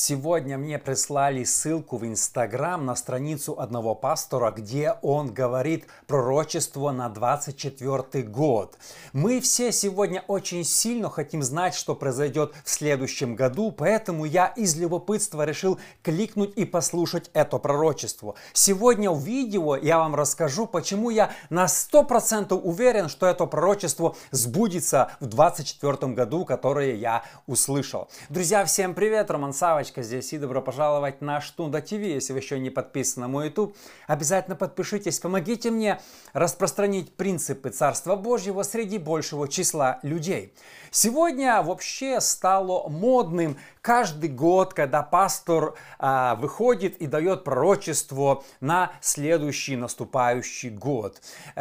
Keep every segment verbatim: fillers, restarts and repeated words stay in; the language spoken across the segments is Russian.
Сегодня мне прислали ссылку в Инстаграм на страницу одного пастора, где он говорит пророчество на двадцать четвёртый год. Мы все сегодня очень сильно хотим знать, что произойдет в следующем году, поэтому я из любопытства решил кликнуть и послушать это пророчество. Сегодня в видео я вам расскажу, почему я на сто процентов уверен, что это пророчество сбудется в двадцать четвёртом году, которое я услышал. Друзья, всем привет! Роман Савочка здесь и добро пожаловать на Штунда ТВ. Если вы еще не подписаны на мой YouTube, обязательно подпишитесь. Помогите мне распространить принципы Царства Божьего среди большего числа людей. Сегодня вообще стало модным каждый год, когда пастор а, выходит и дает пророчество на следующий наступающий год.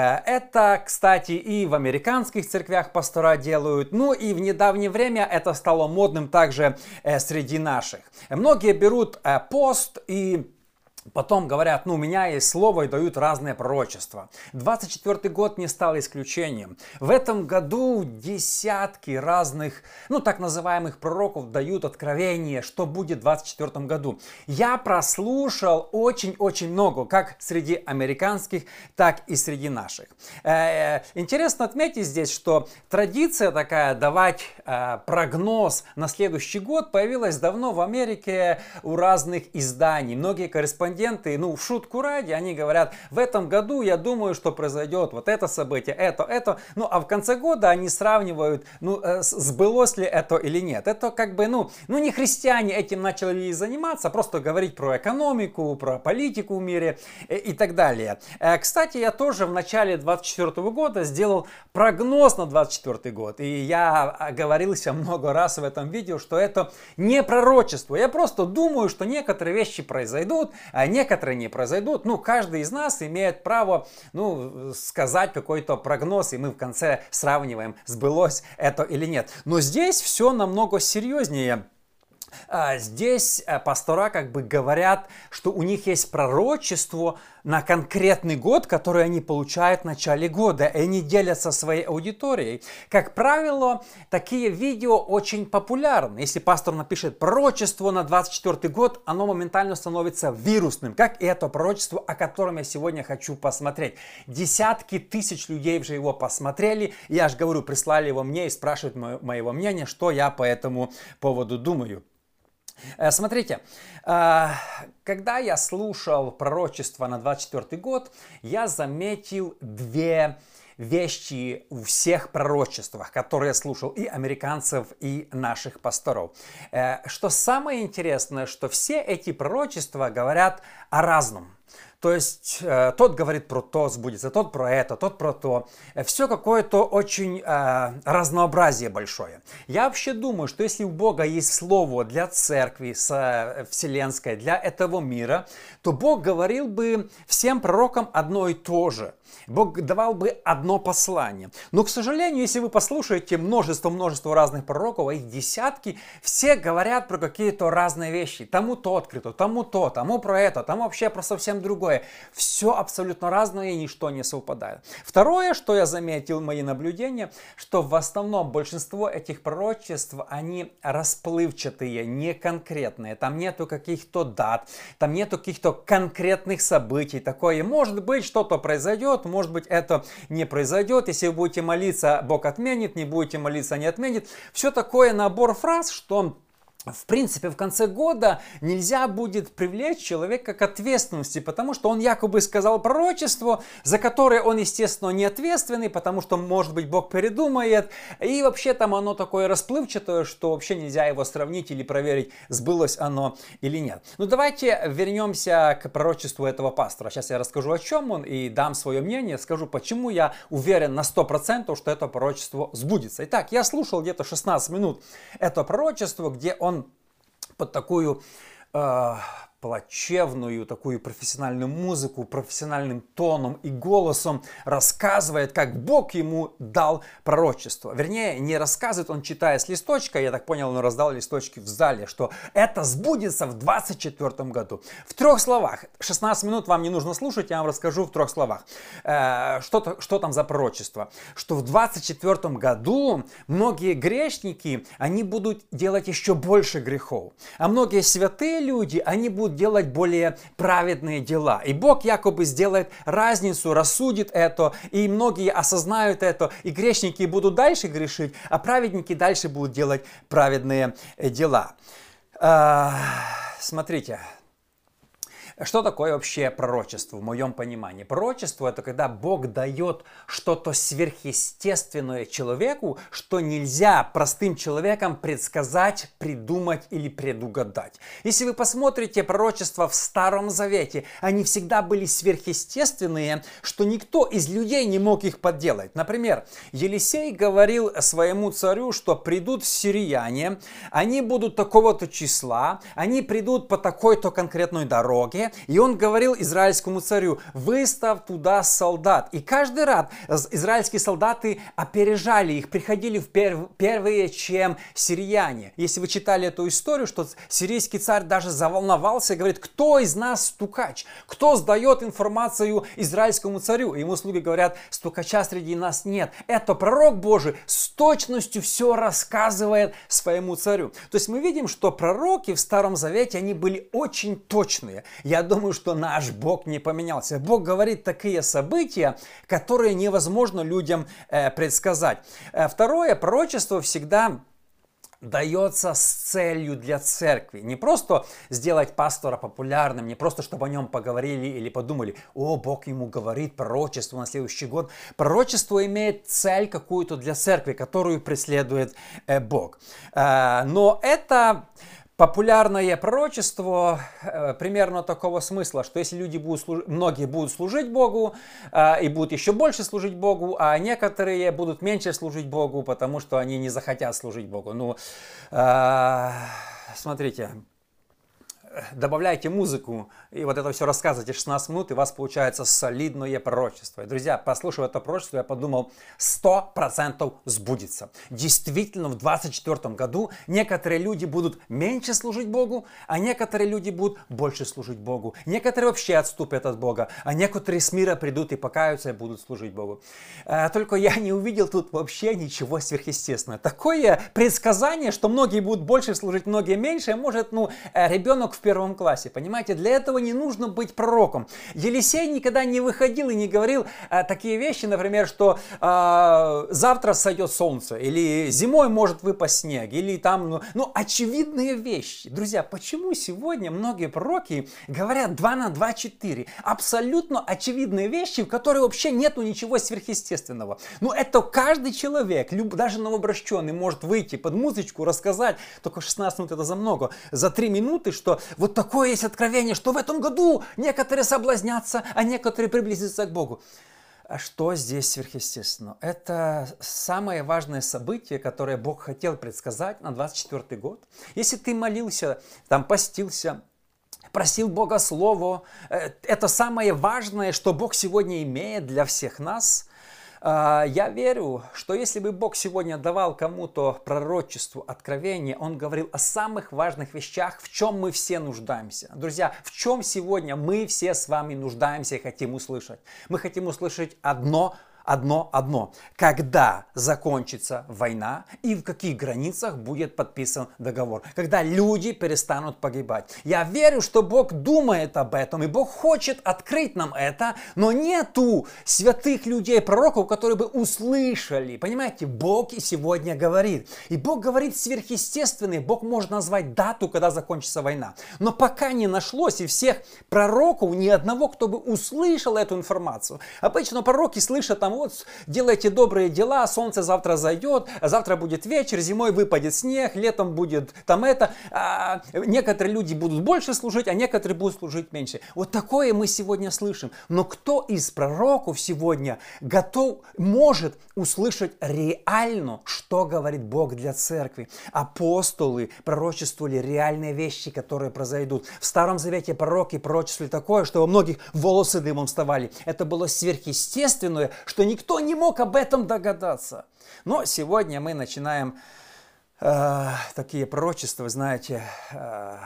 Это, кстати, и в американских церквях пастора делают, ну и в недавнее время это стало модным также э, среди наших. Многие берут э, пост и потом говорят, ну, у меня есть слово, и дают разные пророчества. двадцать четвёртый год не стал исключением. В этом году десятки разных, ну, так называемых пророков дают откровение, что будет в двадцать четвёртом году. Я прослушал очень-очень много, как среди американских, так и среди наших. Э-э, интересно отметить здесь, что традиция такая давать э, прогноз на следующий год появилась давно в Америке у разных изданий. Многие корреспонденты, ну, в шутку ради, они говорят, в этом году я думаю, что произойдет вот это событие, это, это. Ну, а в конце года они сравнивают, ну, сбылось ли это или нет. Это как бы, ну, ну не христиане этим начали заниматься, просто говорить про экономику, про политику в мире и так далее. Кстати, я тоже в начале двадцать четвёртого года сделал прогноз на двадцать четвёртый год. И я оговорился много раз в этом видео, что это не пророчество. Я просто думаю, что некоторые вещи произойдут, а некоторые не произойдут. Ну, каждый из нас имеет право, ну, сказать какой-то прогноз, и мы в конце сравниваем, сбылось это или нет. Но здесь все намного серьезнее. Здесь пастора как бы говорят, что у них есть пророчество на конкретный год, который они получают в начале года, и они делятся своей аудиторией. Как правило, такие видео очень популярны. Если пастор напишет пророчество на двадцать четвёртый год, оно моментально становится вирусным, как и это пророчество, о котором я сегодня хочу посмотреть. Десятки тысяч людей уже его посмотрели, и я же говорю, прислали его мне и спрашивают мо- моего мнения, что я по этому поводу думаю. Смотрите, когда я слушал пророчество на двадцать четвёртый год, я заметил две вещи в всех пророчествах, которые я слушал и американцев, и наших пасторов. Что самое интересное, что все эти пророчества говорят о разном. То есть э, тот говорит про то, сбудется, тот про это, тот про то. Все какое-то очень э, разнообразие большое. Я вообще думаю, что если у Бога есть слово для церкви со, вселенской, для этого мира, то Бог говорил бы всем пророкам одно и то же. Бог давал бы одно послание. Но, к сожалению, если вы послушаете множество-множество разных пророков, а их десятки, все говорят про какие-то разные вещи. Тому то открыто, тому то, тому про это, тому вообще про совсем другое. Все абсолютно разное и ничто не совпадает. Второе, что я заметил, мои наблюдения, что в основном большинство этих пророчеств, они расплывчатые, не конкретные. Там нету каких-то дат, там нету каких-то конкретных событий. Такое, может быть, что-то произойдет, может быть, это не произойдет. Если вы будете молиться, Бог отменит, не будете молиться, не отменит. Все такое набор фраз, что в принципе, в конце года нельзя будет привлечь человека к ответственности, потому что он якобы сказал пророчество, за которое он, естественно, не ответственный, потому что, может быть, Бог передумает. И вообще там оно такое расплывчатое, что вообще нельзя его сравнить или проверить, сбылось оно или нет. Ну, давайте вернемся к пророчеству этого пастора. Сейчас я расскажу, о чем он, и дам свое мнение, скажу, почему я уверен на сто процентов, что это пророчество сбудется. Итак, я слушал где-то шестнадцать минут это пророчество, где он под такую, э, плачевную такую профессиональную музыку, профессиональным тоном и голосом рассказывает, как Бог ему дал пророчество. Вернее, не рассказывает, он читая с листочка, я так понял, он раздал листочки в зале, что это сбудется в двадцать четвёртом году. В трех словах, шестнадцать минут вам не нужно слушать, я вам расскажу в трех словах, э, что, что там за пророчество. Что в двадцать четвёртом году многие грешники, они будут делать еще больше грехов, а многие святые люди, они будут делать более праведные дела. И Бог якобы сделает разницу, рассудит это, и многие осознают это, и грешники будут дальше грешить, а праведники дальше будут делать праведные дела. Смотрите. Что такое вообще пророчество в моем понимании? Пророчество – это когда Бог дает что-то сверхъестественное человеку, что нельзя простым человеком предсказать, придумать или предугадать. Если вы посмотрите пророчества в Старом Завете, они всегда были сверхъестественные, что никто из людей не мог их подделать. Например, Елисей говорил своему царю, что придут сирияне, они будут такого-то числа, они придут по такой-то конкретной дороге, и он говорил израильскому царю: выставь туда солдат. И каждый раз израильские солдаты опережали их, приходили в перв... первые, чем сирияне. Если вы читали эту историю, что сирийский царь даже заволновался и говорит: кто из нас стукач? Кто сдает информацию израильскому царю? И ему слуги говорят: стукача среди нас нет. Это пророк Божий с точностью все рассказывает своему царю. То есть мы видим, что пророки в Старом Завете, они были очень точные. Я думаю, что наш Бог не поменялся. Бог говорит такие события, которые невозможно людям э, предсказать. Э, второе, пророчество всегда дается с целью для церкви. Не просто сделать пастора популярным, не просто, чтобы о нем поговорили или подумали: о, Бог ему говорит пророчество на следующий год. Пророчество имеет цель какую-то для церкви, которую преследует э, Бог. Э, но это... Популярное пророчество э, примерно такого смысла, что если люди будут служить, многие будут служить Богу э, и будут еще больше служить Богу, а некоторые будут меньше служить Богу, потому что они не захотят служить Богу. Ну, э, смотрите, добавляйте музыку и вот это все рассказывайте шестнадцать минут, и у вас получается солидное пророчество. И, друзья, послушав это пророчество, я подумал: сто процентов сбудется. Действительно, в двадцать четвёртом году некоторые люди будут меньше служить Богу, а некоторые люди будут больше служить Богу. Некоторые вообще отступят от Бога, а некоторые с мира придут и покаются и будут служить Богу. Только я не увидел тут вообще ничего сверхъестественного. Такое предсказание, что многие будут больше служить, многие меньше, может, ну, ребенок в первом классе, понимаете? Для этого не нужно быть пророком. Елисей никогда не выходил и не говорил а, такие вещи, например, что а, завтра сойдет солнце, или зимой может выпасть снег, или там, ну, ну, очевидные вещи. Друзья, почему сегодня многие пророки говорят два на два четыре? Абсолютно очевидные вещи, в которых вообще нету ничего сверхъестественного. Ну, это каждый человек, люб, даже новообращенный, может выйти под музычку, рассказать, только шестнадцать минут это за много, за три минуты, что вот такое есть откровение, что в этом году некоторые соблазнятся, а некоторые приблизятся к Богу. А что здесь сверхъестественно? Это самое важное событие, которое Бог хотел предсказать на двадцать четвёртый год. Если ты молился, там постился, просил Бога Слово, это самое важное, что Бог сегодня имеет для всех нас. Я верю, что если бы Бог сегодня давал кому-то пророчеству, откровение, Он говорил о самых важных вещах, в чем мы все нуждаемся. Друзья, в чем сегодня мы все с вами нуждаемся и хотим услышать? Мы хотим услышать одно, одно, одно. Когда закончится война и в каких границах будет подписан договор? Когда люди перестанут погибать. Я верю, что Бог думает об этом, и Бог хочет открыть нам это, но нету святых людей, пророков, которые бы услышали. Понимаете, Бог и сегодня говорит. И Бог говорит сверхъестественный. Бог может назвать дату, когда закончится война. Но пока не нашлось и всех пророков, ни одного, кто бы услышал эту информацию. Обычно пророки слышат там: вот делайте добрые дела, солнце завтра зайдет, завтра будет вечер, зимой выпадет снег, летом будет там это. А некоторые люди будут больше служить, а некоторые будут служить меньше. Вот такое мы сегодня слышим. Но кто из пророков сегодня готов, может услышать реально, что говорит Бог для церкви? Апостолы пророчествовали реальные вещи, которые произойдут. В Старом Завете пророки пророчествовали такое, что во многих волосы дымом вставали. Это было сверхъестественное, что никто не мог об этом догадаться. Но сегодня мы начинаем э, такие пророчества, знаете, э,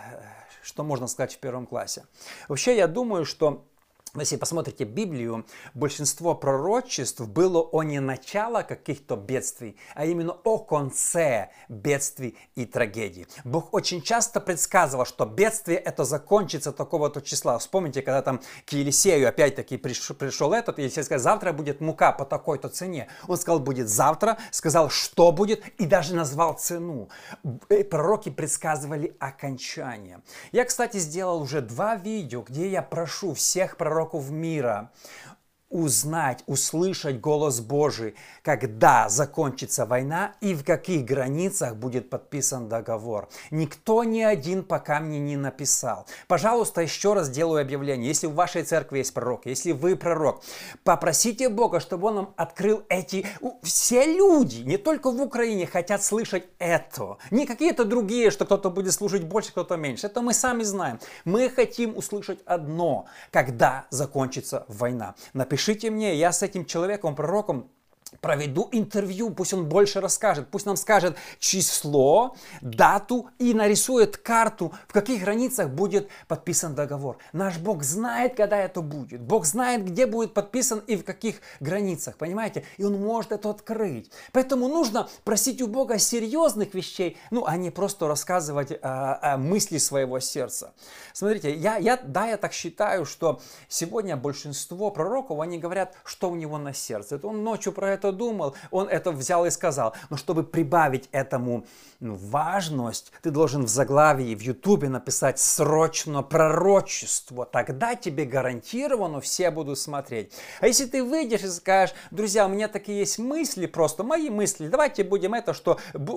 что можно сказать в первом классе. Вообще, я думаю, что если посмотрите Библию, большинство пророчеств было о не начало каких-то бедствий, а именно о конце бедствий и трагедий. Бог очень часто предсказывал, что бедствие это закончится такого-то числа. Вспомните, когда там к Елисею опять-таки пришел, пришел этот, Елисей сказал, завтра будет мука по такой-то цене. Он сказал, будет завтра, сказал, что будет, и даже назвал цену. Пророки предсказывали окончание. Я, кстати, сделал уже два видео, где я прошу всех пророков мира узнать, услышать голос Божий, когда закончится война и в каких границах будет подписан договор. Никто ни один пока мне не написал. Пожалуйста, еще раз делаю объявление. Если в вашей церкви есть пророк, если вы пророк, попросите Бога, чтобы Он нам открыл эти... Все люди, не только в Украине, хотят слышать это. Не какие-то другие, что кто-то будет служить больше, кто-то меньше. Это мы сами знаем. Мы хотим услышать одно, когда закончится война. Напишите Пишите мне, я с этим человеком, пророком, проведу интервью, пусть он больше расскажет, пусть нам скажет число, дату и нарисует карту, в каких границах будет подписан договор. Наш Бог знает, когда это будет. Бог знает, где будет подписан и в каких границах, понимаете? И Он может это открыть. Поэтому нужно просить у Бога серьезных вещей, ну, а не просто рассказывать а, а, мысли своего сердца. Смотрите, я, я, да, я так считаю, что сегодня большинство пророков, они говорят, что у него на сердце. Это он ночью про это думал, он это взял и сказал. Но чтобы прибавить этому ну, важность, ты должен в заглавии в Ютубе написать «Срочно пророчество». Тогда тебе гарантированно все будут смотреть. А если ты выйдешь и скажешь, друзья, у меня такие есть мысли, просто мои мысли, давайте будем это, что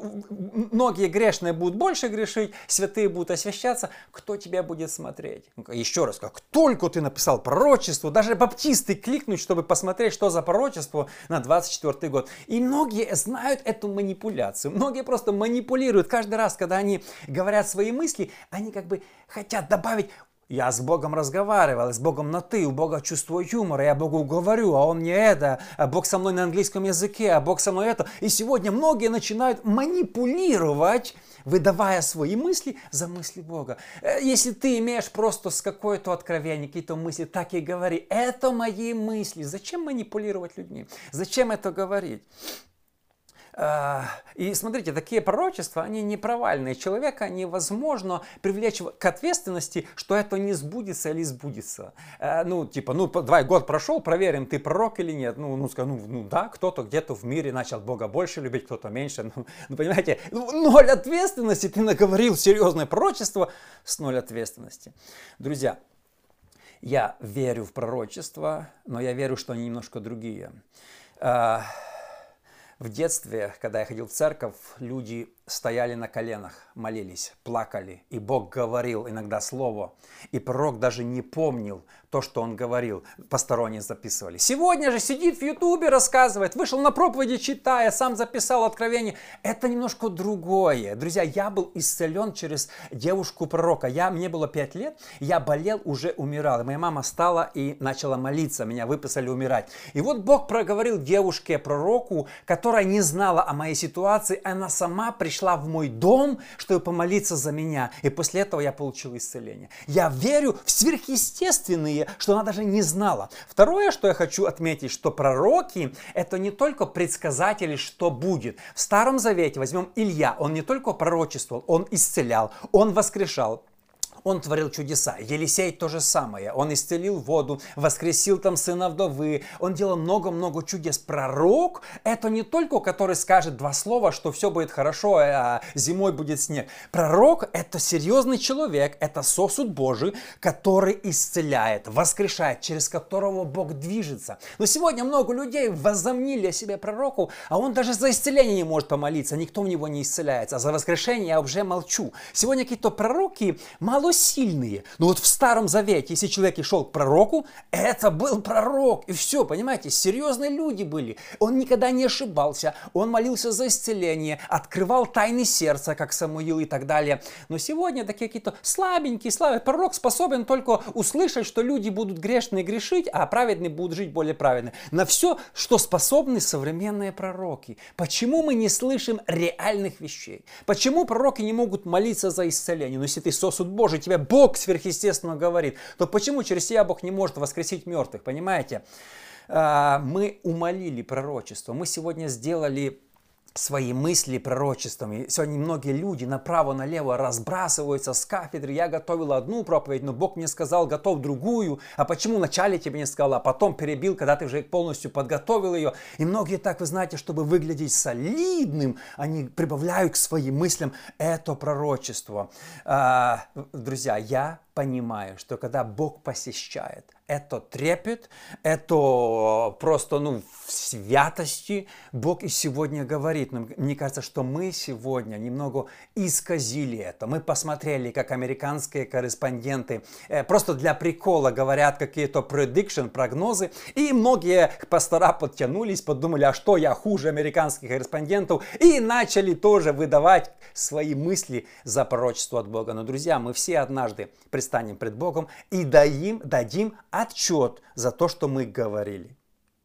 многие грешные будут больше грешить, святые будут освящаться, кто тебя будет смотреть? Еще раз, как только ты написал пророчество, даже баптисты кликнут, чтобы посмотреть, что за пророчество на двадцать четвёртый год. И многие знают эту манипуляцию. Многие просто манипулируют. Каждый раз, когда они говорят свои мысли, они как бы хотят добавить: я с Богом разговаривал, с Богом на ты, у Бога чувство юмора, я Богу говорю, а Он мне это, а Бог со мной на английском языке, а Бог со мной это. И сегодня многие начинают манипулировать, выдавая свои мысли за мысли Бога. Если ты имеешь просто с какое-то откровение, какие-то мысли, так и говори. Это мои мысли. Зачем манипулировать людьми? Зачем это говорить? И смотрите, такие пророчества, они не провальные. Человека невозможно привлечь к ответственности, что это не сбудется или сбудется. Ну, типа, ну, давай, год прошел, проверим, ты пророк или нет. Ну, ну, ну, ну да, кто-то где-то в мире начал Бога больше любить, кто-то меньше. Ну, ну, понимаете, ноль ответственности, ты наговорил серьезное пророчество с ноль ответственности. Друзья, я верю в пророчества, но я верю, что они немножко другие. В детстве, когда я ходил в церковь, люди стояли на коленах, молились, плакали, и Бог говорил иногда слово, и пророк даже не помнил то, что он говорил, посторонние записывали. Сегодня же сидит в Ютубе, рассказывает, вышел на проповеди, читая, сам записал откровение. Это немножко другое. Друзья, я был исцелен через девушку-пророка. Я, мне было пять лет, я болел, уже умирал. И моя мама стала и начала молиться, меня выписали умирать. И вот Бог проговорил девушке-пророку, которая не знала о моей ситуации, она сама пришла пришла в мой дом, чтобы помолиться за меня. И после этого я получил исцеление. Я верю в сверхъестественные, что она даже не знала. Второе, что я хочу отметить, что пророки – это не только предсказатели, что будет. В Старом Завете возьмем Илья. Он не только пророчествовал, он исцелял, он воскрешал. он творил чудеса. Елисей то же самое. Он исцелил воду, воскресил там сына вдовы. Он делал много-много чудес. Пророк – это не только который скажет два слова, что все будет хорошо, а зимой будет снег. Пророк – это серьезный человек, это сосуд Божий, который исцеляет, воскрешает, через которого Бог движется. Но сегодня много людей возомнили о себе пророку, а он даже за исцеление не может помолиться, никто в него не исцеляется. А за воскрешение я уже молчу. Сегодня какие-то пророки малосильные. Но вот в Старом Завете, если человек и шел к пророку, это был пророк. И все, понимаете, серьезные люди были. Он никогда не ошибался, он молился за исцеление, открывал тайны сердца, как Самуил и так далее. Но сегодня такие какие-то слабенькие, слабые. Пророк способен только услышать, что люди будут грешные грешить, а праведные будут жить более праведно. На все, что способны современные пророки. Почему мы не слышим реальных вещей? Почему пророки не могут молиться за исцеление? Но если ты сосуд Божий, тебе Бог сверхъестественно говорит, то почему через тебя Бог не может воскресить мертвых? Понимаете? Мы умолили пророчество. Мы сегодня сделали свои мысли пророчествами. Сегодня многие люди направо-налево разбрасываются с кафедры. Я готовил одну проповедь, но Бог мне сказал, готов другую. А почему вначале тебе не сказал, а потом перебил, когда ты уже полностью подготовил ее? И многие так, вы знаете, чтобы выглядеть солидным, они прибавляют к своим мыслям это пророчество. А, друзья, я понимаю, что когда Бог посещает, это трепет, это просто ну, в святости Бог и сегодня говорит. Но мне кажется, что мы сегодня немного исказили это. Мы посмотрели, как американские корреспонденты э, просто для прикола говорят какие-то prediction, прогнозы, и многие пастора подтянулись, подумали, а что я хуже американских корреспондентов, и начали тоже выдавать свои мысли за пророчество от Бога. Но, друзья, мы все однажды предстанем пред Богом и дадим, дадим отчет за то, что мы говорили.